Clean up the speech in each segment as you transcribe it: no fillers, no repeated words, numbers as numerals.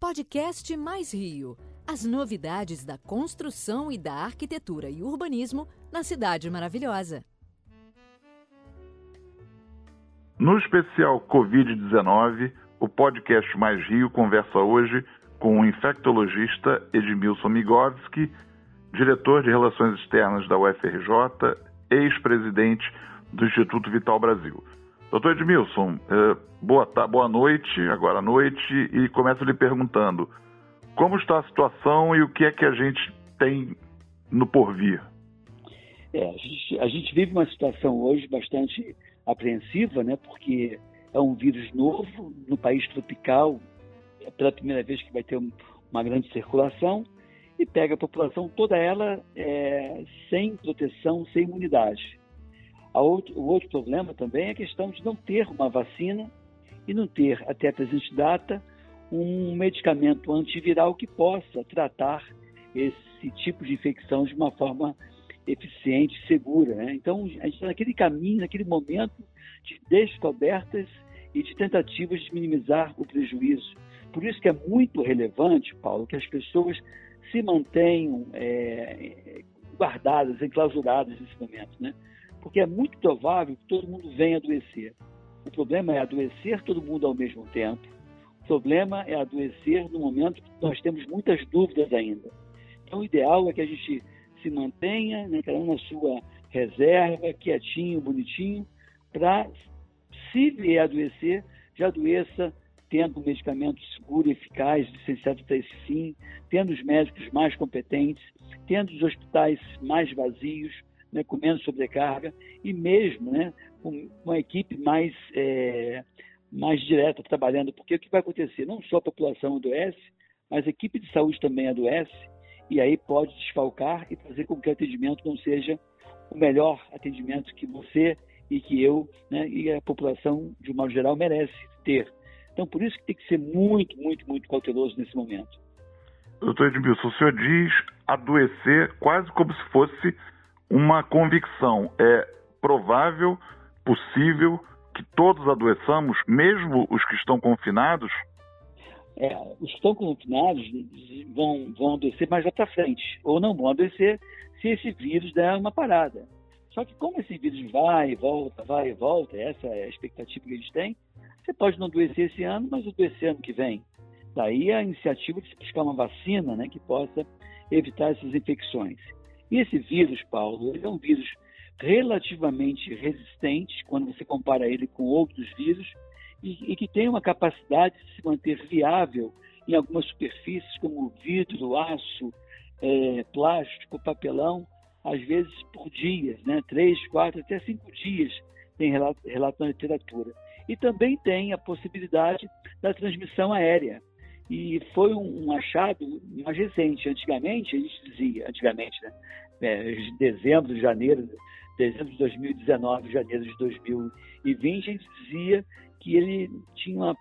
Podcast Mais Rio. As novidades da construção e da arquitetura e urbanismo na Cidade Maravilhosa. No especial Covid-19, o podcast Mais Rio conversa hoje com o infectologista Edmilson Migovski, diretor de Relações Externas da UFRJ, ex-presidente do Instituto Vital Brasil. Doutor Edmilson, boa noite, agora à noite, e começo lhe perguntando como está a situação e o que é que a gente tem no porvir? A gente vive uma situação hoje bastante apreensiva, né? Porque é um vírus novo no país tropical, é pela primeira vez que vai ter uma grande circulação e pega a população toda ela sem proteção, sem imunidade. O outro problema também é a questão de não ter uma vacina e não ter, até a presente data, um medicamento antiviral que possa tratar esse tipo de infecção de uma forma eficiente e segura, né? Então, a gente está naquele caminho, naquele momento de descobertas e de tentativas de minimizar o prejuízo. Por isso que é muito relevante, Paulo, que as pessoas se mantenham guardadas, enclausuradas nesse momento, né? Porque é muito provável que todo mundo venha adoecer. O problema é adoecer todo mundo ao mesmo tempo. O problema é adoecer no momento que nós temos muitas dúvidas ainda. Então, o ideal é que a gente se mantenha, né, cada um na sua reserva, quietinho, bonitinho, para, se vier adoecer, já adoeça tendo um medicamento seguro e eficaz, licenciado para esse fim, tendo os médicos mais competentes, tendo os hospitais mais vazios, né, com menos sobrecarga, e mesmo, né, com uma equipe mais direta trabalhando, porque o que vai acontecer? Não só a população adoece, mas a equipe de saúde também adoece, e aí pode desfalcar e fazer com que o atendimento não seja o melhor atendimento que você e que eu, né, e a população, de um modo geral, merece ter. Então, por isso que tem que ser muito, muito, muito cauteloso nesse momento. Doutor Edmilson, o senhor diz adoecer quase como se fosse uma convicção. É provável, possível, que todos adoeçamos, mesmo os que estão confinados? Os que estão confinados vão adoecer mais lá para frente, ou não vão adoecer se esse vírus der uma parada. Só que como esse vírus vai e volta, essa é a expectativa que eles têm, você pode não adoecer esse ano, mas adoecer ano que vem. Daí a iniciativa de se buscar uma vacina, né, que possa evitar essas infecções. E esse vírus, Paulo, ele é um vírus relativamente resistente, quando você compara ele com outros vírus, e que tem uma capacidade de se manter viável em algumas superfícies, como vidro, aço, plástico, papelão, às vezes por dias, né? 3, 4, até 5 dias, tem relato na literatura. E também tem a possibilidade da transmissão aérea. E foi um achado mais recente. Antigamente, a gente dizia, dezembro de 2019, janeiro de 2020, a gente dizia que ele tinha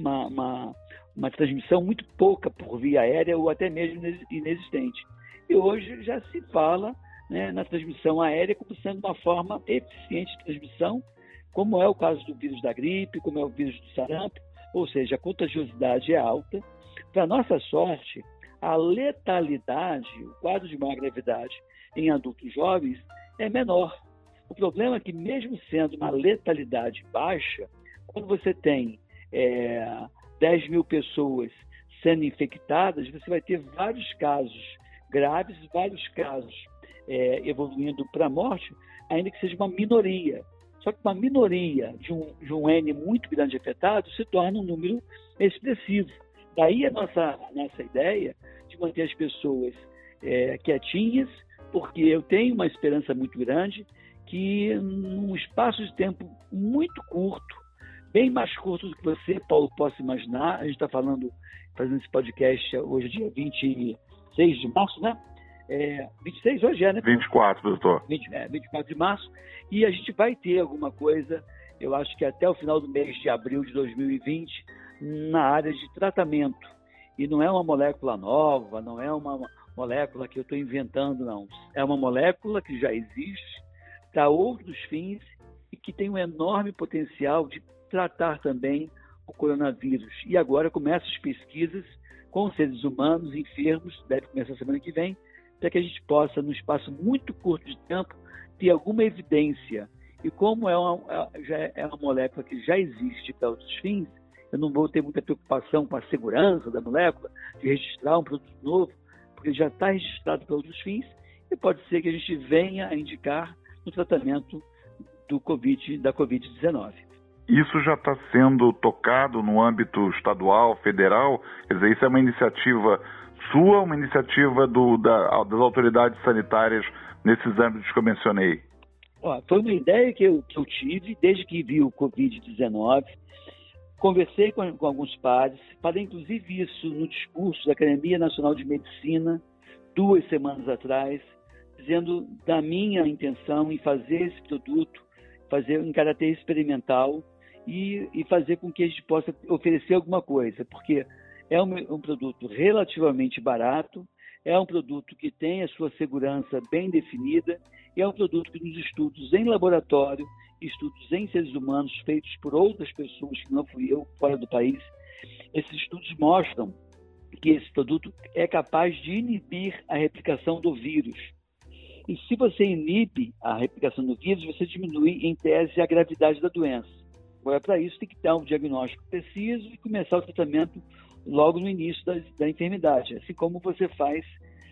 uma transmissão muito pouca por via aérea ou até mesmo inexistente. E hoje já se fala, né, na transmissão aérea como sendo uma forma eficiente de transmissão, como é o caso do vírus da gripe, como é o vírus do sarampo, ou seja, a contagiosidade é alta. Para nossa sorte, a letalidade, o quadro de maior gravidade em adultos jovens é menor. O problema é que, mesmo sendo uma letalidade baixa, quando você tem 10 mil pessoas sendo infectadas, você vai ter vários casos graves, vários casos evoluindo para a morte, ainda que seja uma minoria. Só que uma minoria de um N muito grande afetado se torna um número expressivo. Daí a nossa ideia de manter as pessoas quietinhas, porque eu tenho uma esperança muito grande que, num espaço de tempo muito curto, bem mais curto do que você, Paulo, possa imaginar, a gente está fazendo esse podcast hoje, dia 26 de março, né? 26 hoje né? 24, doutor. 24 de março, e a gente vai ter alguma coisa, eu acho que até o final do mês de abril de 2020, na área de tratamento. E não é uma molécula nova, não é uma molécula que eu estou inventando, não. É uma molécula que já existe para outros fins e que tem um enorme potencial de tratar também o coronavírus. E agora começam as pesquisas com seres humanos enfermos, deve começar semana que vem, para que a gente possa, num espaço muito curto de tempo, ter alguma evidência. E como já é uma molécula que já existe para outros fins, eu não vou ter muita preocupação com a segurança da molécula, de registrar um produto novo, porque ele já está registrado para outros fins, e pode ser que a gente venha a indicar no tratamento da Covid-19. Isso já está sendo tocado no âmbito estadual, federal? Quer dizer, isso é uma iniciativa sua, uma iniciativa das autoridades sanitárias nesses âmbitos que eu mencionei? Foi uma ideia que eu tive desde que vi o Covid-19. Conversei com alguns pares, falei inclusive isso no discurso da Academia Nacional de Medicina, 2 semanas atrás, dizendo da minha intenção em fazer esse produto, fazer em caráter experimental e fazer com que a gente possa oferecer alguma coisa, porque é um produto relativamente barato, é um produto que tem a sua segurança bem definida e é um produto que nos estudos em laboratório, estudos em seres humanos feitos por outras pessoas, que não fui eu, fora do país, esses estudos mostram que esse produto é capaz de inibir a replicação do vírus. E se você inibe a replicação do vírus, você diminui, em tese, a gravidade da doença. Agora, para isso, tem que dar um diagnóstico preciso e começar o tratamento logo no início da enfermidade, assim como você faz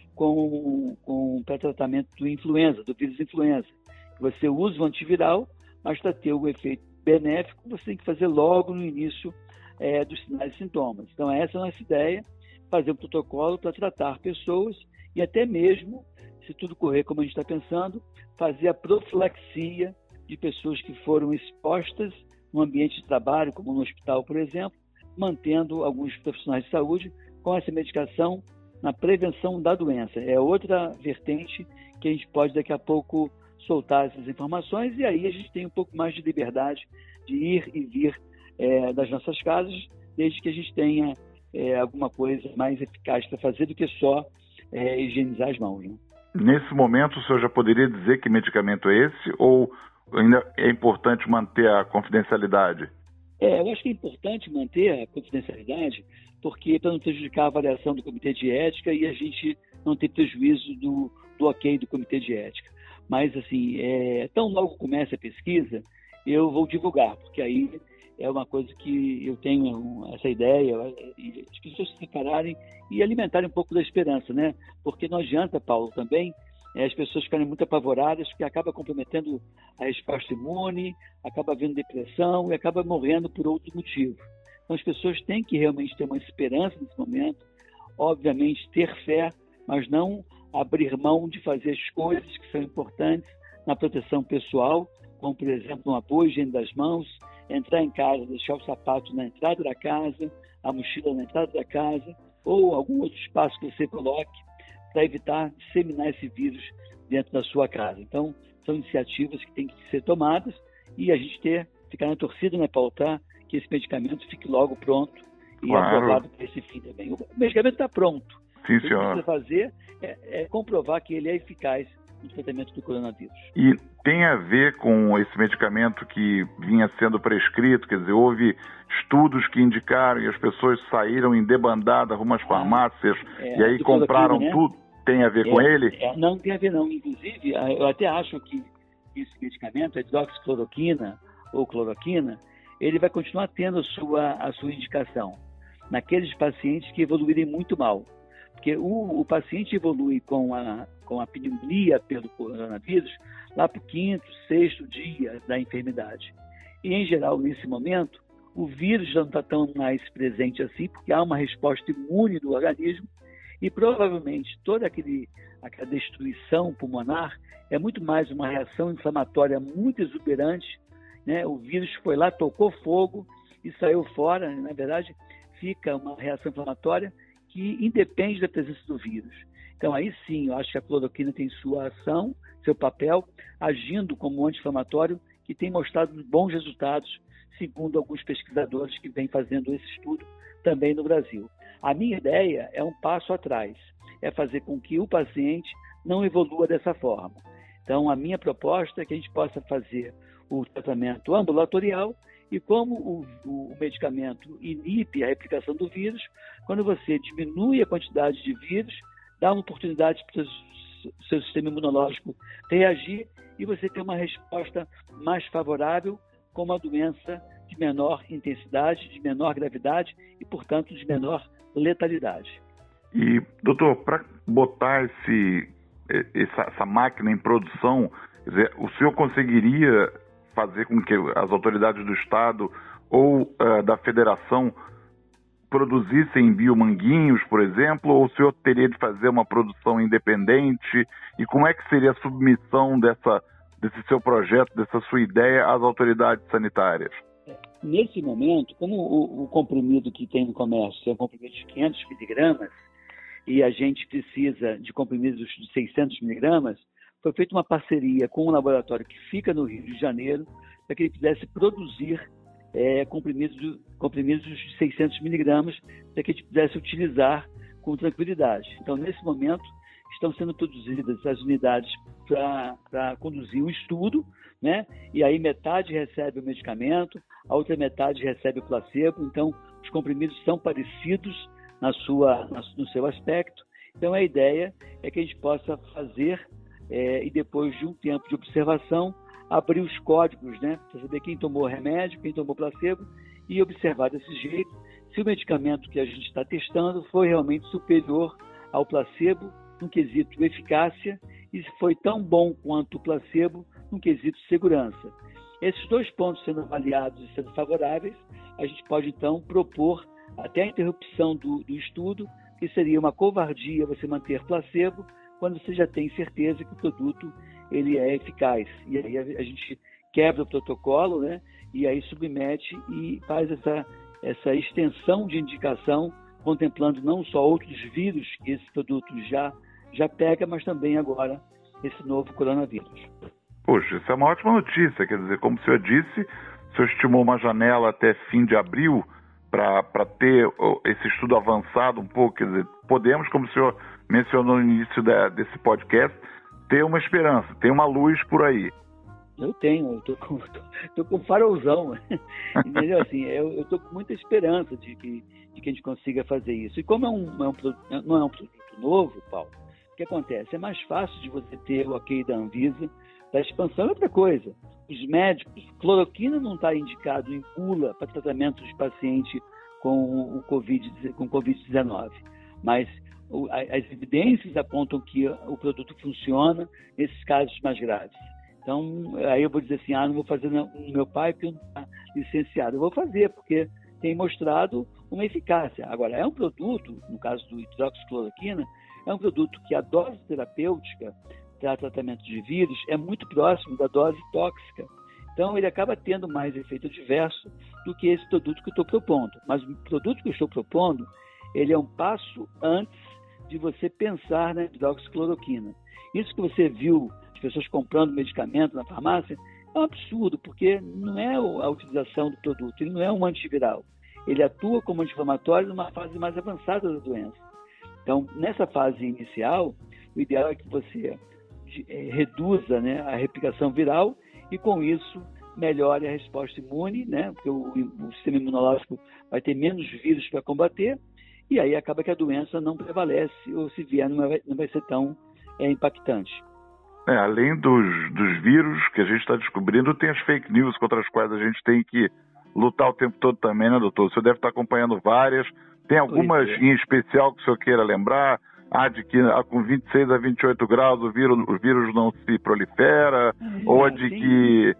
para tratamento do influenza, do vírus influenza. Você usa o antiviral, mas para ter o efeito benéfico, você tem que fazer logo no início dos sinais e sintomas. Então, essa é a nossa ideia, fazer um protocolo para tratar pessoas e até mesmo, se tudo correr como a gente está pensando, fazer a profilaxia de pessoas que foram expostas no ambiente de trabalho, como no hospital, por exemplo, mantendo alguns profissionais de saúde com essa medicação na prevenção da doença. É outra vertente que a gente pode daqui a pouco soltar essas informações e aí a gente tem um pouco mais de liberdade de ir e vir das nossas casas, desde que a gente tenha alguma coisa mais eficaz para fazer do que só higienizar as mãos, né? Nesse momento, o senhor já poderia dizer que medicamento é esse ou ainda é importante manter a confidencialidade? Eu acho que é importante manter a confidencialidade porque para não prejudicar a avaliação do Comitê de Ética e a gente não ter prejuízo do ok do Comitê de Ética. Mas, assim, tão logo comece a pesquisa, eu vou divulgar, porque aí é uma coisa que eu tenho essa ideia, e as pessoas se separarem e alimentarem um pouco da esperança, né? Porque não adianta, Paulo, também as pessoas ficarem muito apavoradas, porque acaba comprometendo a resposta imune, acaba havendo depressão e acaba morrendo por outro motivo. Então, as pessoas têm que realmente ter uma esperança nesse momento, obviamente ter fé, mas não abrir mão de fazer as coisas que são importantes na proteção pessoal, como, por exemplo, uma boa higiene das mãos, entrar em casa, deixar o sapato na entrada da casa, a mochila na entrada da casa, ou algum outro espaço que você coloque, para evitar disseminar esse vírus dentro da sua casa. Então, são iniciativas que têm que ser tomadas e a gente ficar na torcida, né, Paulo, tá? Que esse medicamento fique logo pronto e aprovado para esse fim também. O medicamento está pronto. Sim, o que senhor. precisa fazer é comprovar que ele é eficaz no tratamento do coronavírus. E tem a ver com esse medicamento que vinha sendo prescrito, quer dizer, houve estudos que indicaram e as pessoas saíram em debandada rumo às farmácias e aí compraram, né? Tudo. Tem a ver com ele? Não tem a ver não. Inclusive, eu até acho que esse medicamento, a hidroxicloroquina ou cloroquina, ele vai continuar tendo a sua indicação naqueles pacientes que evoluírem muito mal. Porque o paciente evolui com a pneumonia pelo coronavírus lá para o 5º, 6º dia da enfermidade. E, em geral, nesse momento, o vírus já não está tão mais presente assim, porque há uma resposta imune do organismo e, provavelmente, toda aquela destruição pulmonar é muito mais uma reação inflamatória muito exuberante, né? O vírus foi lá, tocou fogo e saiu fora. Na verdade, fica uma reação inflamatória que independe da presença do vírus. Então, aí sim, eu acho que a cloroquina tem sua ação, seu papel, agindo como anti-inflamatório, que tem mostrado bons resultados, segundo alguns pesquisadores que vêm fazendo esse estudo também no Brasil. A minha ideia é um passo atrás, é fazer com que o paciente não evolua dessa forma. Então, a minha proposta é que a gente possa fazer o tratamento ambulatorial E como o medicamento inibe a replicação do vírus, quando você diminui a quantidade de vírus, dá uma oportunidade para o seu sistema imunológico reagir e você ter uma resposta mais favorável com uma doença de menor intensidade, de menor gravidade e, portanto, de menor letalidade. E, doutor, para botar essa máquina em produção, quer dizer, o senhor conseguiria fazer com que as autoridades do Estado ou da Federação produzissem em Biomanguinhos, por exemplo, ou o senhor teria de fazer uma produção independente? E como é que seria a submissão desse seu projeto, dessa sua ideia às autoridades sanitárias? Nesse momento, como o comprimido que tem no comércio é um comprimido de 500 miligramas e a gente precisa de comprimidos de 600 miligramas, foi feita uma parceria com um laboratório que fica no Rio de Janeiro para que ele pudesse produzir comprimidos de 600 miligramas para que a gente pudesse utilizar com tranquilidade. Então, nesse momento, estão sendo produzidas as unidades para conduzir o estudo, né? E aí metade recebe o medicamento, a outra metade recebe o placebo. Então, os comprimidos são parecidos no seu aspecto. Então, a ideia é que a gente possa fazer, e depois de um tempo de observação, abrir os códigos, né, para saber quem tomou remédio, quem tomou placebo, e observar desse jeito se o medicamento que a gente está testando foi realmente superior ao placebo no quesito eficácia e se foi tão bom quanto o placebo no quesito segurança. Esses dois pontos sendo avaliados e sendo favoráveis, a gente pode então propor até a interrupção do estudo, que seria uma covardia você manter placebo quando você já tem certeza que o produto ele é eficaz. E aí a gente quebra o protocolo, né? E aí submete e faz essa extensão de indicação, contemplando não só outros vírus que esse produto já pega, mas também agora esse novo coronavírus. Poxa, isso é uma ótima notícia. Quer dizer, como o senhor disse, o senhor estimou uma janela até fim de abril para ter esse estudo avançado um pouco. Quer dizer, podemos, como o senhor mencionou no início desse podcast, ter uma esperança, tem uma luz por aí. Eu tô com farolzão. Entendeu? Assim, eu tô com muita esperança de que a gente consiga fazer isso. E como não é um produto novo, Paulo, o que acontece? É mais fácil de você ter o ok da Anvisa da expansão. Outra coisa, os médicos, cloroquina não está indicado em bula para tratamento de paciente com Covid-19, mas as evidências apontam que o produto funciona nesses casos mais graves. Então, aí eu vou dizer assim, não vou fazer no meu pai porque não está licenciado. Eu vou fazer porque tem mostrado uma eficácia. Agora, é um produto, no caso do hidroxicloroquina, é um produto que a dose terapêutica para tratamento de vírus é muito próximo da dose tóxica. Então, ele acaba tendo mais efeito adverso do que esse produto que eu estou propondo. Mas o produto que eu estou propondo, ele é um passo antes de você pensar na hidroxicloroquina. Isso que você viu as pessoas comprando medicamento na farmácia é um absurdo, porque não é a utilização do produto, ele não é um antiviral. Ele atua como anti-inflamatório numa fase mais avançada da doença. Então, nessa fase inicial, o ideal é que você reduza, né, a replicação viral e, com isso, melhore a resposta imune, né, porque o sistema imunológico vai ter menos vírus para combater, e aí acaba que a doença não prevalece, ou se vier, não vai ser tão impactante. Além dos vírus que a gente está descobrindo, tem as fake news contra as quais a gente tem que lutar o tempo todo também, né, doutor? O senhor deve estar acompanhando várias. Tem algumas em especial que o senhor queira lembrar? De que com 26 a 28 graus o vírus não se prolifera? Ou a de que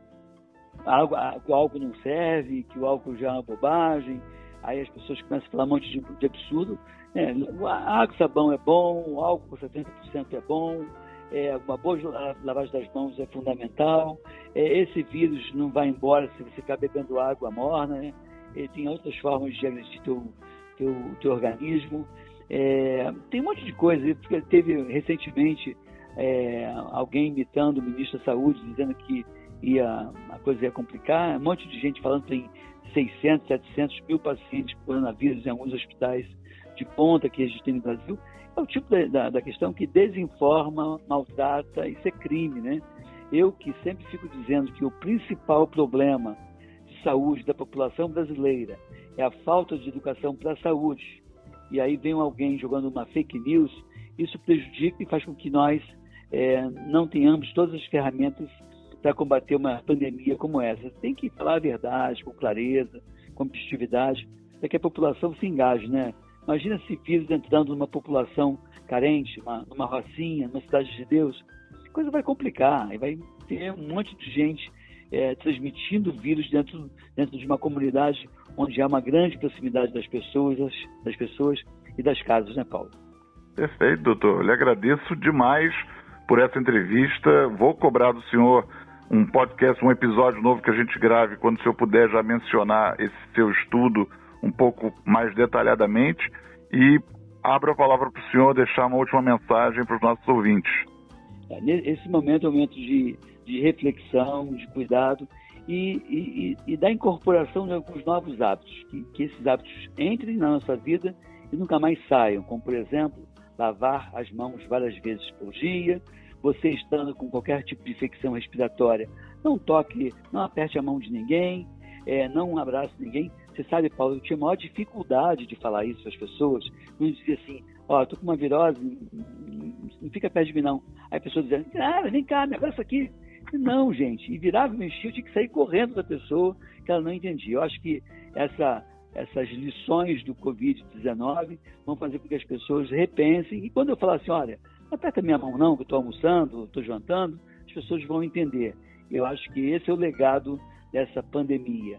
o álcool não serve, que o álcool já é uma bobagem? Aí as pessoas começam a falar um monte de absurdo. A água e sabão é bom, o álcool 70% é bom, uma boa lavagem das mãos é fundamental. Esse vírus não vai embora se você ficar bebendo água morna, né? Tem outras formas de agredir teu organismo. Tem um monte de coisa. Teve recentemente alguém imitando o ministro da Saúde, dizendo que a coisa ia complicar. Um monte de gente falando que tem 600, 700 mil pacientes com coronavírus em alguns hospitais de ponta que a gente tem no Brasil. É o tipo da questão que desinforma, maltrata, isso é crime, né? Eu que sempre fico dizendo que o principal problema de saúde da população brasileira é a falta de educação para a saúde, e aí vem alguém jogando uma fake news, isso prejudica e faz com que nós não tenhamos todas as ferramentas para combater uma pandemia como essa. Tem que falar a verdade, com clareza, com objetividade, para que a população se engaje, né? Imagina se vírus entrando numa população carente, numa rocinha, numa cidade de Deus, a coisa vai complicar, e vai ter um monte de gente transmitindo vírus dentro de uma comunidade onde há uma grande proximidade das pessoas e das casas, né, Paulo? Perfeito, doutor. Eu lhe agradeço demais por essa entrevista. Vou cobrar do senhor um podcast, um episódio novo que a gente grave, quando o senhor puder já mencionar esse seu estudo um pouco mais detalhadamente, e abro a palavra para o senhor deixar uma última mensagem para os nossos ouvintes. Esse momento é um momento de reflexão, de cuidado e da incorporação de alguns novos hábitos, que esses hábitos entrem na nossa vida e nunca mais saiam, como, por exemplo, lavar as mãos várias vezes por dia. Você estando com qualquer tipo de infecção respiratória, não toque, não aperte a mão de ninguém, não abrace ninguém. Você sabe, Paulo, eu tinha maior dificuldade de falar isso para as pessoas. Não dizia assim, estou com uma virose, não fica perto de mim, não. Aí a pessoa dizia, vem cá, me abraça aqui. Não, gente, e virava e mexia, eu tinha que sair correndo da pessoa, que ela não entendia. Eu acho que essas lições do Covid-19 vão fazer com que as pessoas repensem. E quando eu falar assim, olha, não aperta minha mão não, que eu estou almoçando, estou jantando, as pessoas vão entender. Eu acho que esse é o legado dessa pandemia.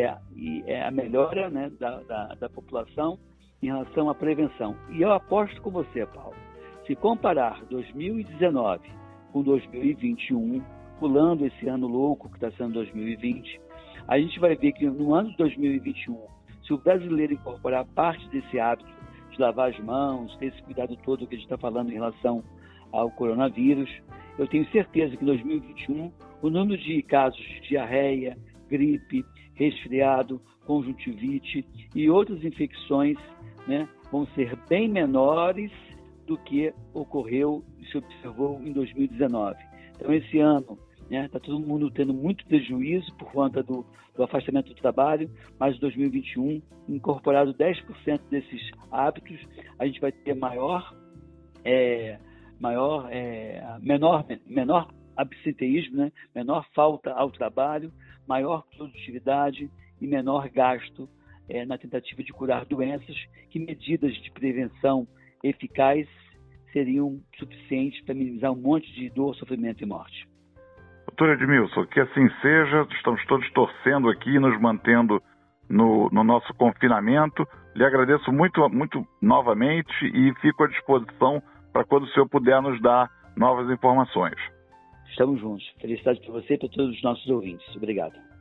É a melhora, né, da população em relação à prevenção. E eu aposto com você, Paulo, se comparar 2019 com 2021, pulando esse ano louco que está sendo 2020, a gente vai ver que no ano de 2021, se o brasileiro incorporar parte desse hábito de lavar as mãos, ter esse cuidado todo que a gente está falando em relação ao coronavírus, eu tenho certeza que em 2021 o número de casos de diarreia, gripe, resfriado, conjuntivite e outras infecções, né, vão ser bem menores do que ocorreu e se observou em 2019. Então, esse ano, está todo mundo tendo muito prejuízo por conta do afastamento do trabalho, mas em 2021, incorporado 10% desses hábitos, a gente vai ter menor absenteísmo, né? Menor falta ao trabalho, maior produtividade e menor gasto na tentativa de curar doenças. Que medidas de prevenção eficazes seriam suficientes para minimizar um monte de dor, sofrimento e morte? Doutor Edmilson, que assim seja, estamos todos torcendo aqui, nos mantendo no nosso confinamento. Lhe agradeço muito, muito novamente e fico à disposição para quando o senhor puder nos dar novas informações. Estamos juntos. Felicidade para você e para todos os nossos ouvintes. Obrigado.